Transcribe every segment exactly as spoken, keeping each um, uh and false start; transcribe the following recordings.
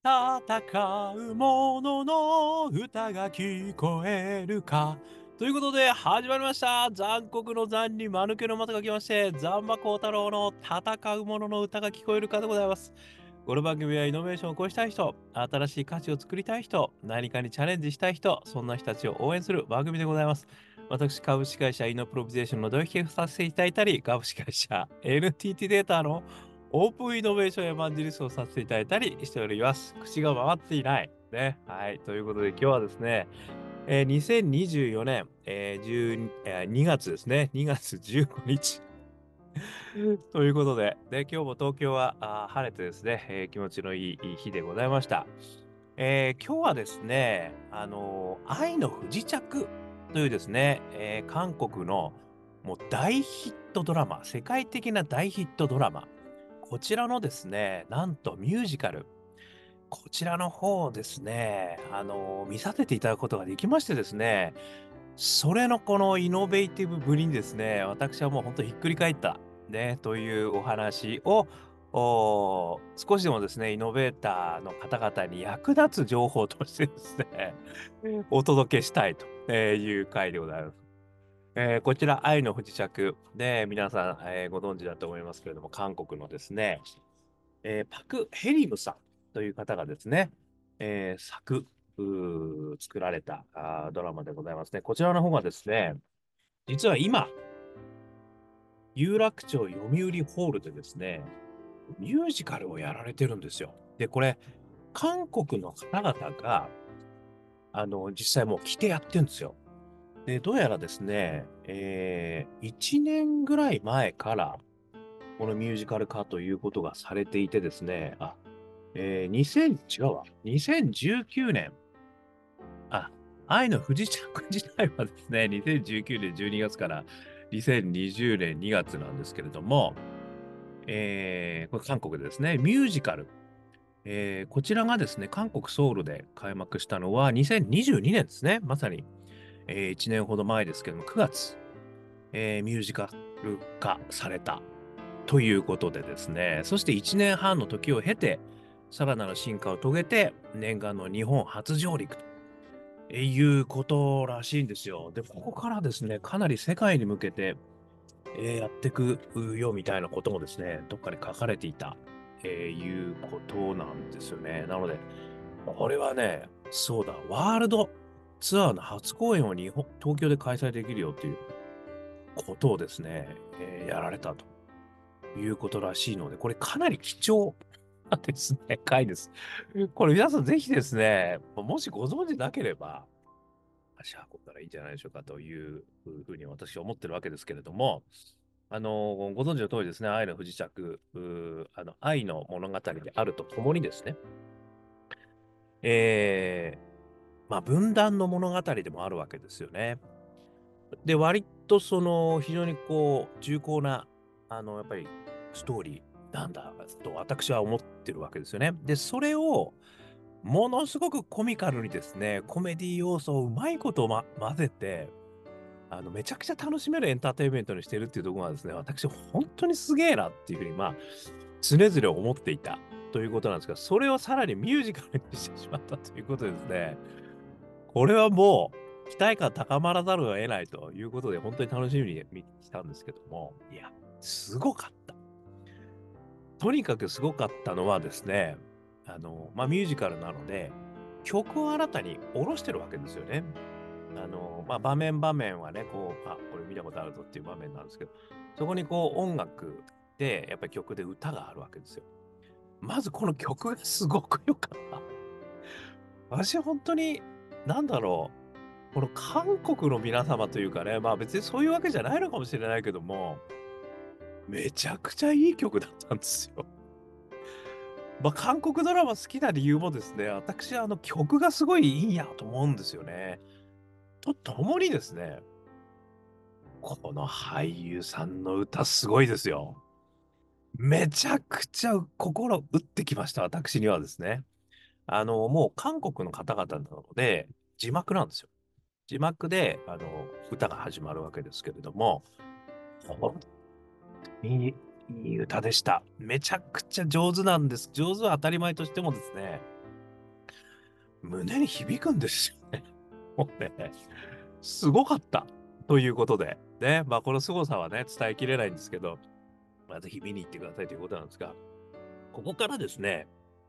戦う者の歌が聞こえるか。ということで、始まりました。残酷の残に間抜けの又が来まして、残馬高太郎の戦う者の歌が聞こえるかでございます。この番組はイノベーションを起こしたい人、新しい価値を作りたい人、何かにチャレンジしたい人、そんな人たちを応援する番組でございます。私、株式会社イノプロビゼーションの土引きをさせていただいたり、株式会社 エヌティーティー データのオープンイノベーションエヴァンジェリストをさせていただいたりしております。口が回っていない。ね。はい。ということで今日はですね、えー、にせんにじゅうよねん、えーじゅうえーにがつですね。にがつじゅうごにち。ということで、で今日も東京はあ晴れてですね、えー気持ちのいいいい日でございました。えー今日はですね、あのー愛の不時着というですね、えー韓国のもう大ヒットドラマ、世界的な大ヒットドラマ、こちらのですね、なんとミュージカル、こちらの方をですね、あの、見させていただくことができましてですね、それのこのイノベーティブぶりにですね、私はもう本当ひっくり返った、ね、というお話を、お少しでもですね、イノベーターの方々に役立つ情報としてですね、お届けしたいという回でございます。えーこちら、愛の不時着で、皆さん、えーご存知だと思いますけれども、韓国のですね、えーパク・ヘリムさんという方がですね、えー作、うー作られたあードラマでございますね。こちらの方がですね、実は今、有楽町読売ホールでですね、ミュージカルをやられてるんですよ。で、これ、韓国の方々が、あの、実際もう来てやってるんですよ。で、どうやらですね、えー、いちねんぐらい前から、このミュージカル化ということがされていてですね、あ、えー、にせん、違うわ、にせんじゅうきゅうねん、あ、愛の不時着自体はですね、にせんじゅうきゅうねんじゅうにがつからにせんにじゅうねんにがつなんですけれども、えー、これ韓国でですね、ミュージカル、えー、こちらがですね、韓国ソウルで開幕したのはにせんにじゅうにねんですね、まさに、えー、いちねんほど前ですけども、くがつ、えーミュージカル化されたということでですね、そしていちねんはんの時を経て、さらなる進化を遂げて、念願の日本初上陸ということらしいんですよ。で、ここからですね、かなり世界に向けて、えーやっていくよみたいなこともですね、どっかに書かれていた、えーいうことなんですよね。なので、これはね、そうだ、ワールドツアーの初公演を日本、東京で開催できるよっていうことをですね、えーやられたということらしいので、これかなり貴重なですね、回です。これ皆さんぜひですね、もしご存知なければ、足運んだらいいんじゃないでしょうかというふうに私は思ってるわけですけれども、あの、ご存知の通りですね、愛の不時着、うーあの愛の物語であるとともにですね、えー、まあ、分断の物語でもあるわけですよね。で、割とその、非常にこう、重厚な、あの、やっぱり、ストーリーなんだと私は思ってるわけですよね。で、それを、ものすごくコミカルにですね、コメディ要素をうまいことま混ぜて、あの、めちゃくちゃ楽しめるエンターテインメントにしてるっていうところがですね、私本当にすげえなっていうふうに、まあ、常々思っていたということなんですが、それをさらにミュージカルにしてしまったということでですね、これはもう、期待感高まらざるを得ないということで、本当に楽しみに見てきたんですけども、いや、すごかった。とにかくすごかったのはですね、あの、まあ、ミュージカルなので、曲を新たに下ろしてるわけですよね。あの、まあ、場面場面はね、こう、あ、これ見たことあるぞっていう場面なんですけど、そこにこう音楽で、やっぱり曲で歌があるわけですよ。まずこの曲がすごく良かった。私本当に、なんだろう、この韓国の皆様というかね、まあ別にそういうわけじゃないのかもしれないけども、めちゃくちゃいい曲だったんですよ。まあ韓国ドラマ好きな理由もですね、私はあの曲がすごいいいやと思うんですよね。とともにですね、この俳優さんの歌すごいですよ。めちゃくちゃ心打ってきました、私にはですね。あの、もう韓国の方々なので、字幕なんですよ。字幕で、あの、歌が始まるわけですけれども、本当にいい歌でした。めちゃくちゃ上手なんです。上手は当たり前としてもですね、 胸に響くんですよね。もうね、すごかった。ということで、ね、まあこの凄さはね、伝えきれないんですけど、まあ、ぜひ見に行ってくださいということなんですが、ここからですね、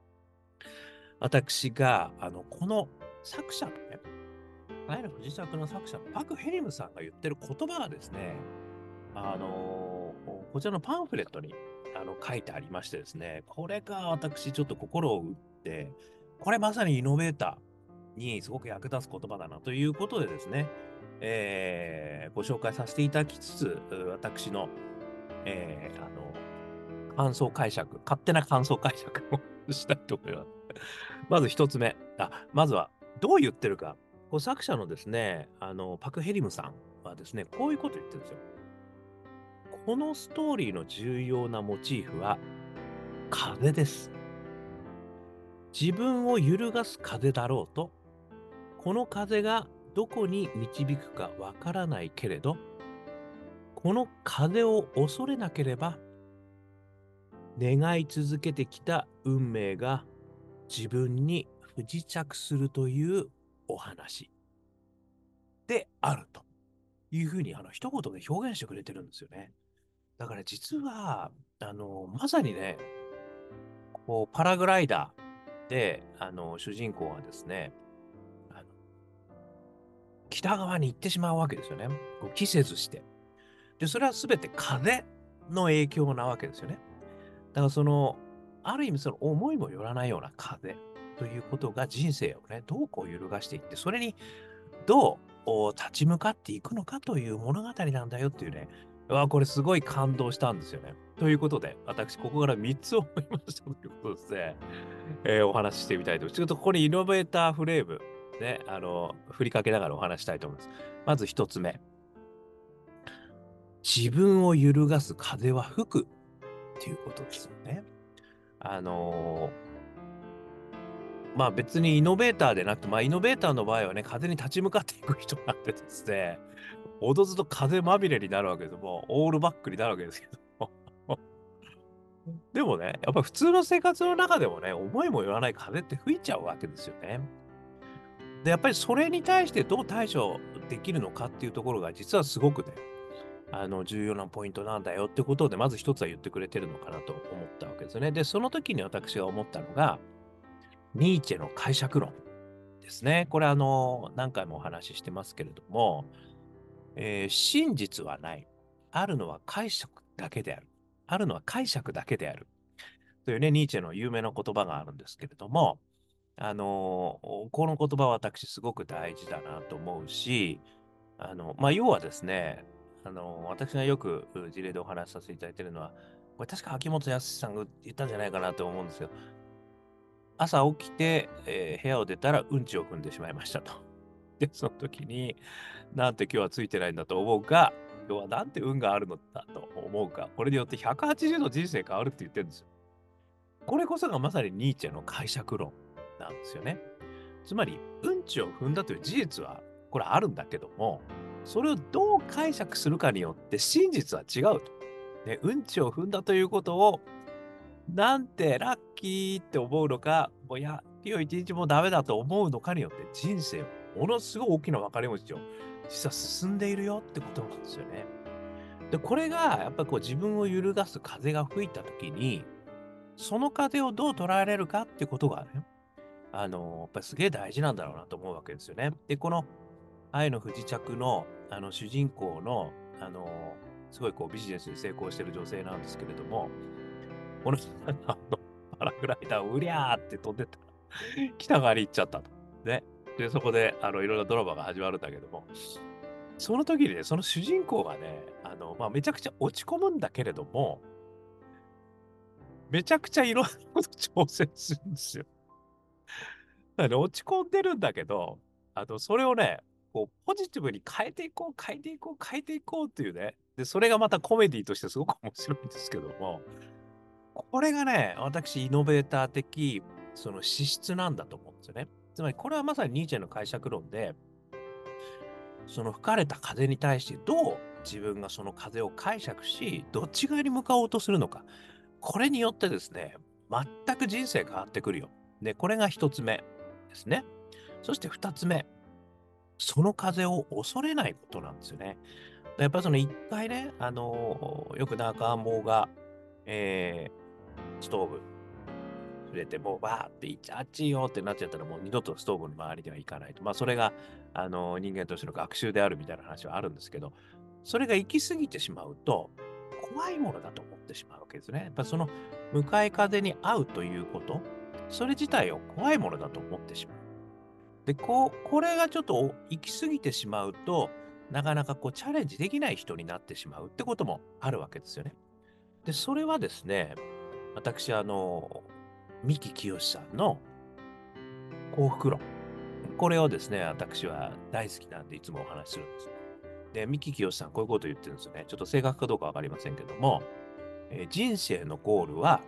私が、あの、この作者のね、愛の不時着の作者のパク・ヘリムさんが言ってる言葉がですね、あのーこちらのパンフレットにあの書いてありましてですね、これが私ちょっと心を打って、これまさにイノベーターにすごく役立つ言葉だなということでですね、えーご紹介させていただきつつ、私の、えーあの、感想解釈、勝手な感想解釈をしたいと思います。まず一つ目、あ、まずはどう言ってるか。こう作者のですね、あの、パク・ヘリムさんはですね、こういうこと言ってるんですよ。このストーリーの重要なモチーフは風です。自分を揺るがす風だろうと、この風がどこに導くかわからないけれど、この風を恐れなければ、願い続けてきた運命が自分に不時着するというお話であるというふうにあの一言で表現してくれてるんですよね。だから実は、あの、まさにね、こう、パラグライダーで、あの、主人公はですね、あの、北側に行ってしまうわけですよね。こう季節して。で、それは全て風の影響なわけですよね。だからその、ある意味その思いもよらないような風ということが人生をね、どうこう揺るがしていって、それにどうお立ち向かっていくのかという物語なんだよっていうね、うわ、これすごい感動したんですよね。ということで、私、ここからみっつ思いましたということですね。えーお話ししてみたいと思います。ちょっとここにイノベーターフレーム、ね、あの、振りかけながらお話したいと思います。まず一つ目。自分を揺るがす風は吹くっていうことですよね。あのーまあ別にイノベーターでなくて、まあイノベーターの場合はね、風に立ち向かっていく人なんでですね、おのずと風まみれになるわけですよ。もうオールバックになるわけですけど。でもね、やっぱ普通の生活の中でもね、思いもよらない風って吹いちゃうわけですよね。で、やっぱりそれに対してどう対処できるのかっていうところが実はすごくね、あの、重要なポイントなんだよってことで、まず一つは言ってくれてるのかなと思ったわけですよね。で、その時に私が思ったのが、ニーチェの解釈論ですね。これあの、何回もお話ししてますけれども、えー真実はない。あるのは解釈だけである。あるのは解釈だけである。というね、ニーチェの有名な言葉があるんですけれども、あのーこの言葉は私すごく大事だなと思うし、あの、まあ、要はですね、あの、私がよくう事例でお話しさせていただいているのは、これ確か秋元康さんが言ったんじゃないかなと思うんですよ。朝起きて、えー部屋を出たらうんちを踏んでしまいましたと。で、その時に、なんて今日はついてないんだと思うか、今日はなんて運があるのだと思うか、これによってひゃくはちじゅうど人生変わるって言ってるんですよ。これこそがまさにニーチェの解釈論なんですよね。つまり、うんちを踏んだという事実は、これあるんだけども、それをどう解釈するかによって真実は違うと。ね、うんちを踏んだということを、なんてラッキーって思うのか、もういや、今日一日もダメだと思うのかによって人生をものすごい大きな分かれ道を実は進んでいるよってことなんですよね。で、これがやっぱりこう自分を揺るがす風が吹いたときに、その風をどう捉えられるかってことがね、あの、やっぱりすげえ大事なんだろうなと思うわけですよね。で、この愛の不時着の、あの、主人公の、あの、すごいこうビジネスに成功してる女性なんですけれども、この人があの、パラグライダーをうりゃーって飛んでったら、北側に行っちゃったと。ね。で、そこで、あの、いろんなドラマが始まるんだけども、その時にね、その主人公がね、あの、まあ、めちゃくちゃ落ち込むんだけれども、めちゃくちゃいろんなこと挑戦するんですよ。だからね、落ち込んでるんだけど、あの、それをね、こう、ポジティブに変えていこう、変えていこう、変えていこうっていうね。で、それがまたコメディとしてすごく面白いんですけども、これがね、私、イノベーター的、その資質なんだと思うんですよね。つまり、これはまさにニーチェの解釈論で、その吹かれた風に対してどう自分がその風を解釈し、どっち側に向かおうとするのか。これによってですね、全く人生変わってくるよ。で、これが一つ目ですね。 そしてふたつめ、その風を恐れないことなんですよね。やっぱりそのいっかいね、あの、よく赤ん坊が、えーストーブ触れて、もうバーっていっちゃあっちいよってなっちゃったら、もう二度とストーブの周りには行かないと。まあ、それが、あの、人間としての学習であるみたいな話はあるんですけど、それが行き過ぎてしまうと、怖いものだと思ってしまうわけですね。やっぱその向かい風に合うということ、それ自体を怖いものだと思ってしまう。で、こう、これがちょっと行き過ぎてしまうと、なかなかこうチャレンジできない人になってしまうってこともあるわけですよね。で、それはですね、私、あの、三木清さんの幸福論。これをですね、私は大好きなんでいつもお話しするんです。で、三木清さん、こういうことを言ってるんですよね。ちょっと正確かどうかわかりませんけども、えー人生のゴールは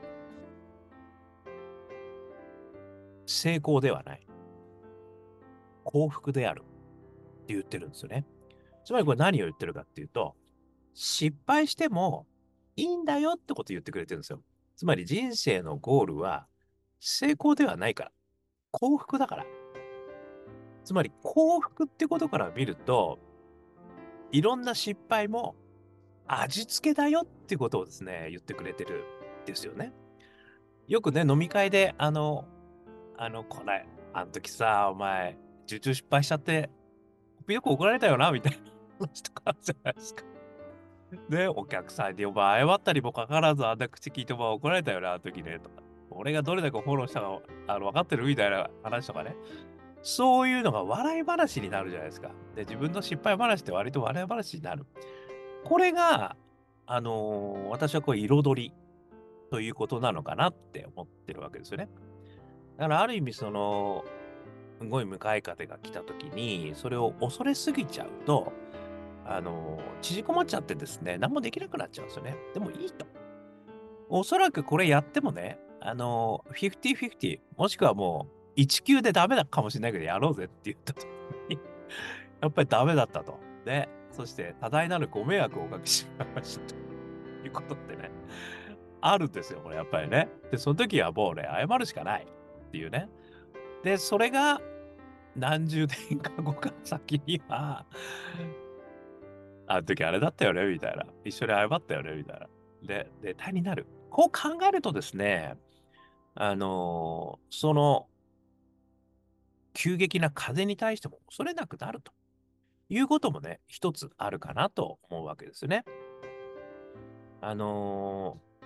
成功ではない。幸福であるって言ってるんですよね。つまりこれ何を言ってるかっていうと、失敗してもいいんだよってことを言ってくれてるんですよ。つまり人生のゴールは成功ではないから。幸福だから。つまり幸福ってことから見ると、いろんな失敗も味付けだよってことをですね、言ってくれてるんですよね。よくね、飲み会で、あの、あの、これ、あの時さ、お前、受注失敗しちゃって、よく怒られたよな、みたいな話とかあるじゃないですか。ね、お客さんにお前謝ったにもかかわらずあんな口聞いても怒られたよな、あの時ね、とか。俺がどれだけフォローしたか、あの、分かってるみたいな話とかね。そういうのが笑い話になるじゃないですか。で、自分の失敗話って割と笑い話になる。これが、あのー私はこう彩りということなのかなって思ってるわけですよね。だからある意味その、すごい向かい風が来た時に、それを恐れすぎちゃうと、あのー縮こまっちゃってですね、何もできなくなっちゃうんですよね。でもいいと。おそらくこれやってもね、あのー、フィフティフィフティ、もしくはもう、いち級でダメだかもしれないけど、やろうぜって言った時に、やっぱりダメだったと。で、そして多大なるご迷惑をおかけしまいましたということってね、あるんですよ、これやっぱりね。で、その時はもうね、謝るしかないっていうね。で、それが何十年か後か先には、あの時あれだったよね、みたいな。一緒に謝ったよね、みたいな。で、ネタになる。こう考えるとですね、あのーその急激な風に対しても恐れなくなるということもね、一つあるかなと思うわけですね。あのー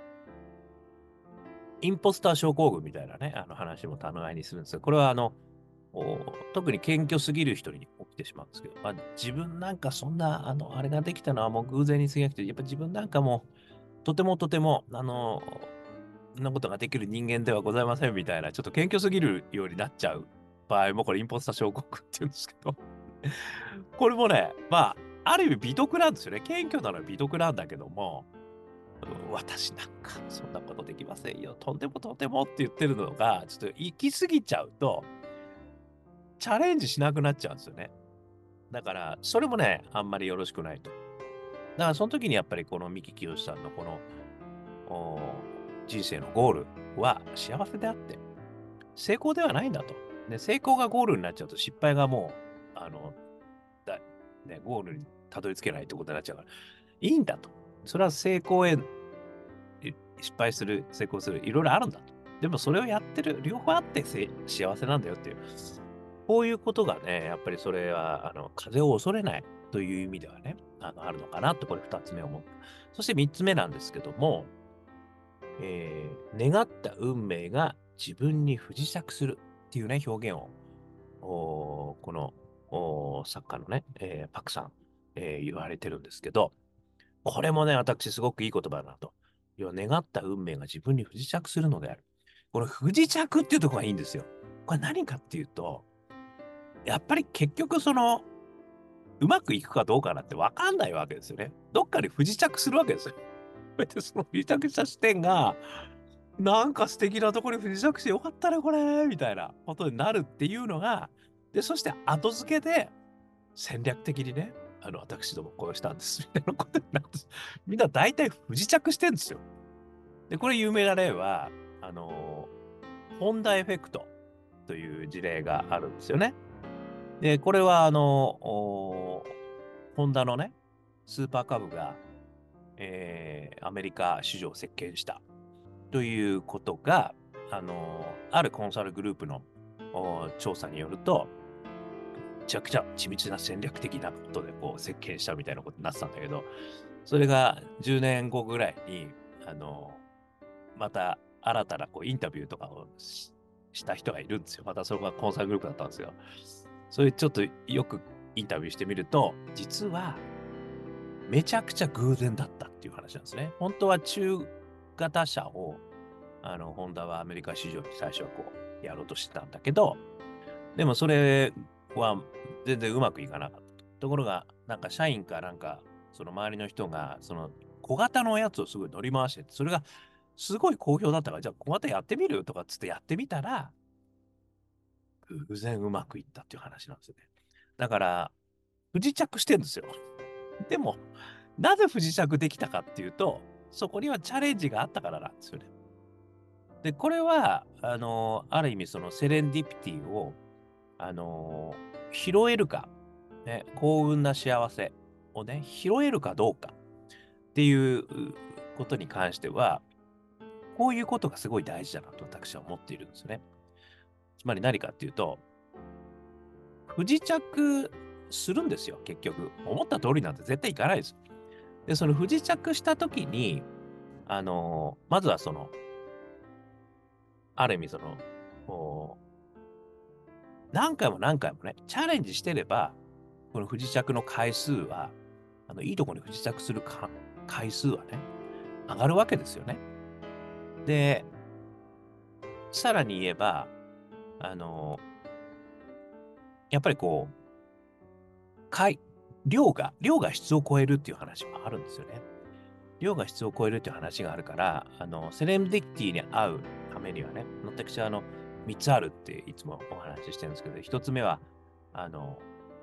インポスター症候群みたいなね、あの話も互いにするんですが、これはあの、お特に謙虚すぎる人に起きてしまうんですけど、まあ、自分なんかそんな、あの、あれができたのはもう偶然に過ぎなくて、やっぱ自分なんかもとてもとても、あの、そんなことができる人間ではございませんみたいな、ちょっと謙虚すぎるようになっちゃう場合も、これインポスター症候群って言うんですけど、これもね、まあ、ある意味美徳なんですよね。謙虚なのは美徳なんだけども、うん私なんかそんなことできませんよ。とんでもとんでもって言ってるのが、ちょっと行き過ぎちゃうと、チャレンジしなくなっちゃうんですよね。だから、それもね、あんまりよろしくないと。だから、その時にやっぱりこの三木清さんのこの、お人生のゴールは幸せであって、成功ではないんだと。で、成功がゴールになっちゃうと失敗がもう、あの、だね、ゴールにたどり着けないってことになっちゃうから、いいんだと。それは成功へい失敗する、成功する、いろいろあるんだと。でもそれをやってる、両方あってせ幸せなんだよっていう。こういうことがね、やっぱりそれは、あの、風を恐れないという意味ではね、あの、あるのかなと、これ二つ目思った。そして三つ目なんですけども、えー願った運命が自分に不時着するっていうね、表現を、おーこのおー作家のね、えーパクさん、えー言われてるんですけど、これもね、私すごくいい言葉だなと。要は願った運命が自分に不時着するのである。この不時着っていうところがいいんですよ。これ何かっていうと、やっぱり結局その、うまくいくかどうかなんて分かんないわけですよね。どっかに不時着するわけですよ。で、その不時着した視点が、なんか素敵なところに不時着してよかったね、これみたいなことになるっていうのが、で、そして後付けで戦略的にね、あの、私どもこうしたんです、みたいなことになって、みんな大体不時着してんですよ。で、これ有名な例は、あの、ホンダエフェクト。 という事例があるんですよね。で、これはあの、ホンダのね、スーパーカブが、えーアメリカ市場を席巻したということが、あの、あるコンサルグループの調査によると、めちゃくちゃ緻密な戦略的なことでこう設計したみたいなことになってたんだけど、それがじゅうねんごぐらいに、あの、また新たなこうインタビューとかをしした人がいるんですよ。またそれがコンサルグループだったんですよ。それちょっとよくインタビューしてみると、実はめちゃくちゃ偶然だったっていう話なんですね。本当は中型車を、あの、ホンダはアメリカ市場に最初はこうやろうとしてたんだけど、でもそれは全然うまくいかなかったと。ところが、なんか社員かなんか、その周りの人が、その小型のやつをすごい乗り回してて、それがすごい好評だったから、じゃあ小型やってみるとかっつってやってみたら、偶然うまくいったっていう話なんですよね。だから、不時着してるんですよ。でも、なぜ不時着できたかっていうと、そこにはチャレンジがあったからなんですよね。で、これは、あの、ある意味そのセレンディピティを、あの、拾えるか、ね、幸運な幸せをね、拾えるかどうかっていうことに関しては、こういうことがすごい大事だなと私は思っているんですよね。つまり何かっていうと、不時着するんですよ、結局。思った通りなんて絶対いかないです。で、その不時着したときに、あの、まずはその、ある意味その、こう何回も何回もね、チャレンジしてれば、この不時着の回数は、あの、いいところに不時着するか回数はね、上がるわけですよね。で、さらに言えば、あの、やっぱりこう、かい量が量が質を超えるっていう話もあるんですよね。量が質を超えるっていう話があるから、あの、セレンディピティに合うためにはね、私はあの、みっつあるっていつもお話ししてるんですけど、ひとつめは、あの、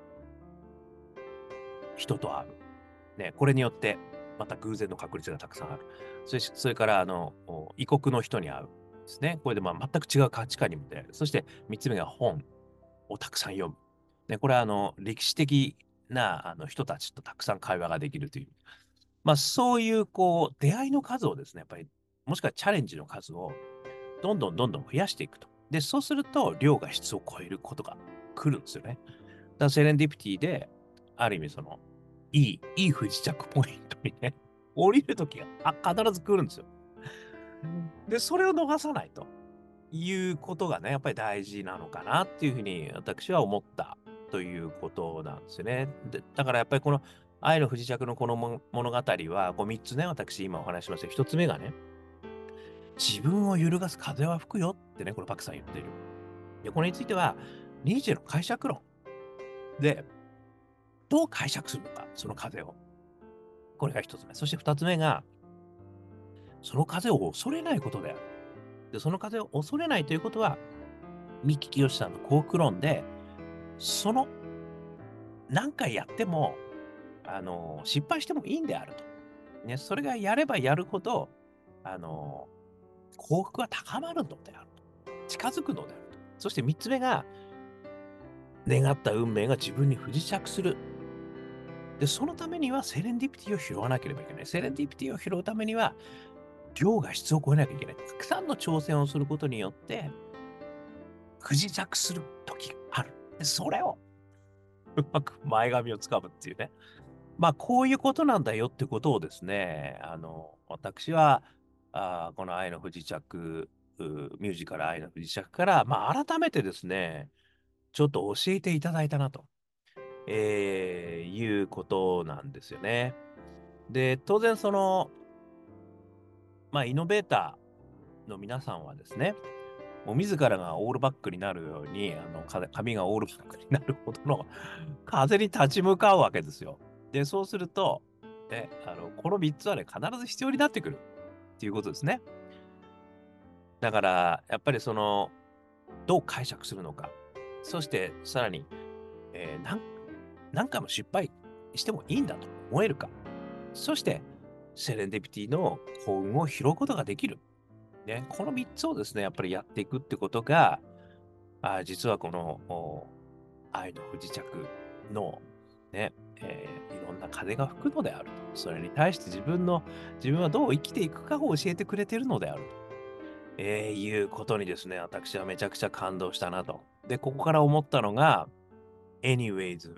人と会う。ね、これによって、また偶然の確率がたくさんある。それしそれから、あの、お異国の人に会う。ですね。これで、まあ、全く違う価値観にも出会える。そしてみっつめが本をたくさん読む。ね、これは、あの、歴史的な、あの、人たちとたくさん会話ができるという。まあ、そういう、こう、出会いの数をですね、やっぱり、もしくはチャレンジの数をどんどんどんどん増やしていくと。で、そうすると、量が質を超えることが来るんですよね。だからセレンディピティで、ある意味その、いい、いい不時着ポイントにね、降りるときがあ必ず来るんですよ。で、それを逃さないということがね、やっぱり大事なのかなっていうふうに私は思ったということなんですよね。で、だからやっぱりこの愛の不時着のこのも物語は、こうみっつね、私今お話ししました。ひとつめがね、自分を揺るがす風は吹くよってね、このパクさん言っている。で、これについては、ニーチェの解釈論で、どう解釈するのか、その風を。これがひとつめ。そしてふたつめが、その風を恐れないことである。で、その風を恐れないということは、三木清さんの幸福論で、その何回やっても、あの、失敗してもいいんであると。ね、それがやればやるほど、あの、幸福は高まるのであると。近づくのであると。そしてみっつめが、願った運命が自分に不時着する。で、そのためにはセレンディピティを拾わなければいけない。セレンディピティを拾うためには、量が質を超えなきゃいけない。たくさんの挑戦をすることによって、不時着する時がある。で、それをうまく前髪をつかむっていうね。まあ、こういうことなんだよってことをですね、あの、私は、あこの愛の不時着、ミュージカル愛の不時着から、まあ、改めてですね、ちょっと教えていただいたなと、えーいうことなんですよね。で、当然その、まあ、イノベーターの皆さんはですね、もう自らがオールバックになるように、あの、か髪がオールバックになるほどの風に立ち向かうわけですよ。で、そうすると、ね、あの、このみっつはね、必ず必要になってくるっていうことですね。だから、やっぱりその、どう解釈するのか。そしてさらに、えー、なん何回も失敗してもいいんだと思えるか。そして、セレンディピティの幸運を拾うことができる。ね、このみっつをですね、やっぱりやっていくってことが、 あ実はこのお愛の不時着のね、えーいろんな風が吹くのであると。それに対して自分の、自分はどう生きていくかを教えてくれているのであると、えーいうことにですね、私はめちゃくちゃ感動したなと。で、ここから思ったのが、anyways,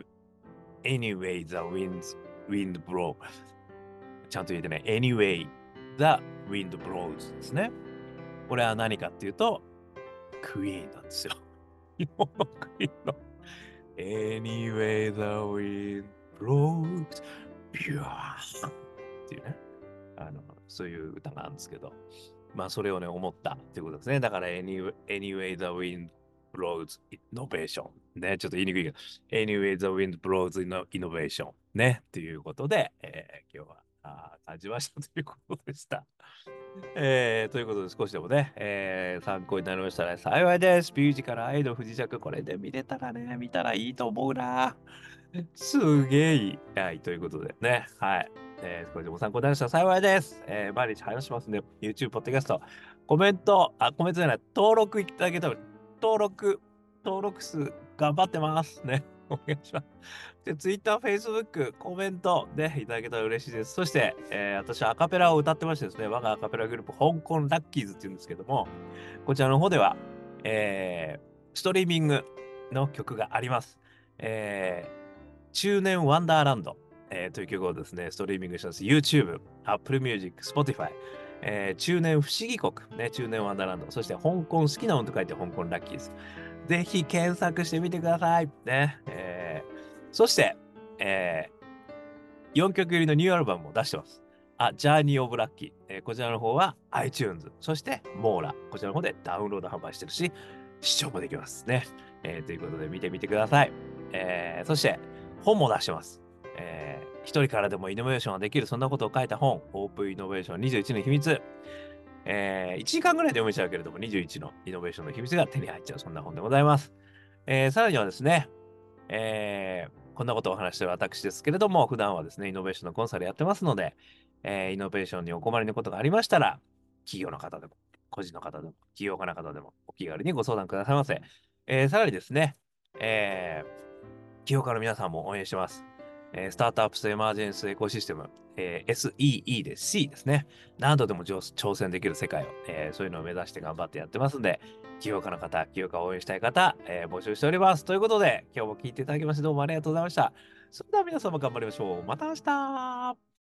anyway, the winds, wind blow. ちゃんと言えてない。anyway, the wind blows ですね。これは何かっていうと、クイーンなんですよ。日本のクイーンの。Anyway, the wind blows, pure っていうね。あの、そういう歌なんですけど。まあ、それをね、思ったっていうことですね。だから、anyway, anyway the wind blows innovation。ね、ちょっと言いにくいけど、anyway the wind blows innovation。ね、ということで、えー今日はあー感じましたということでした。えー、ということで少しでもね、えー参考になりましたら、ね、幸いです。ミュージカル愛の不時着、これで見れたらね、見たらいいと思うな。すげえいい。はい、ということでね、はい。えー、これでも参考になりましたら幸いです。えー、毎日話しますんで、YouTube、ポッドキャスト、コメント、あ、コメントじゃない、登録いただけたら、登録、登録数頑張ってます。ね。お願いします。で、Twitter、Facebook、コメントでいただけたら嬉しいです。そして、えー私はアカペラを歌ってましてですね、我がアカペラグループ、香港ラッキーズっていうんですけども、こちらの方では、えーストリーミングの曲があります。えー中年ワンダーランド、えーという曲をですね、ストリーミングしてます。YouTube、Apple Music、Spotify、えー中年不思議国、ね、中年ワンダーランド、そして香港好きな音と書いて香港ラッキーズ。ぜひ検索してみてください。ね。えーそして、えーよんきょく入りのニューアルバムも出してます。あ、ジャーニー・オブ・ラッキー。えーこちらの方は iTunes、そしてモーラ、こちらの方でダウンロード販売してるし、視聴もできますね。えーということで見てみてください。えーそして、本も出してます。えー一人からでもイノベーションができる、そんなことを書いた本、オープンイノベーションにじゅういちの秘密。えーいちじかんぐらいで読めちゃうけれども、にじゅういちのイノベーションの秘密が手に入っちゃう、そんな本でございます。えーさらにはですね、えーこんなことをお話している私ですけれども、普段はですね、イノベーションのコンサルやってますので、えーイノベーションにお困りのことがありましたら、企業の方でも、個人の方でも、起業家の方でも、お気軽にご相談くださいませ。えーさらにですね、えー起業家の皆さんも応援してます。えースタートアップスエマージェンスエコシステム、えー エスイーイー で C ですね。何度でも挑挑戦できる世界を、えーそういうのを目指して頑張ってやってますんで、起業家の方、起業家を応援したい方、えー募集しております。ということで、今日も聞いていただきましてどうもありがとうございました。それでは皆様頑張りましょう。また明日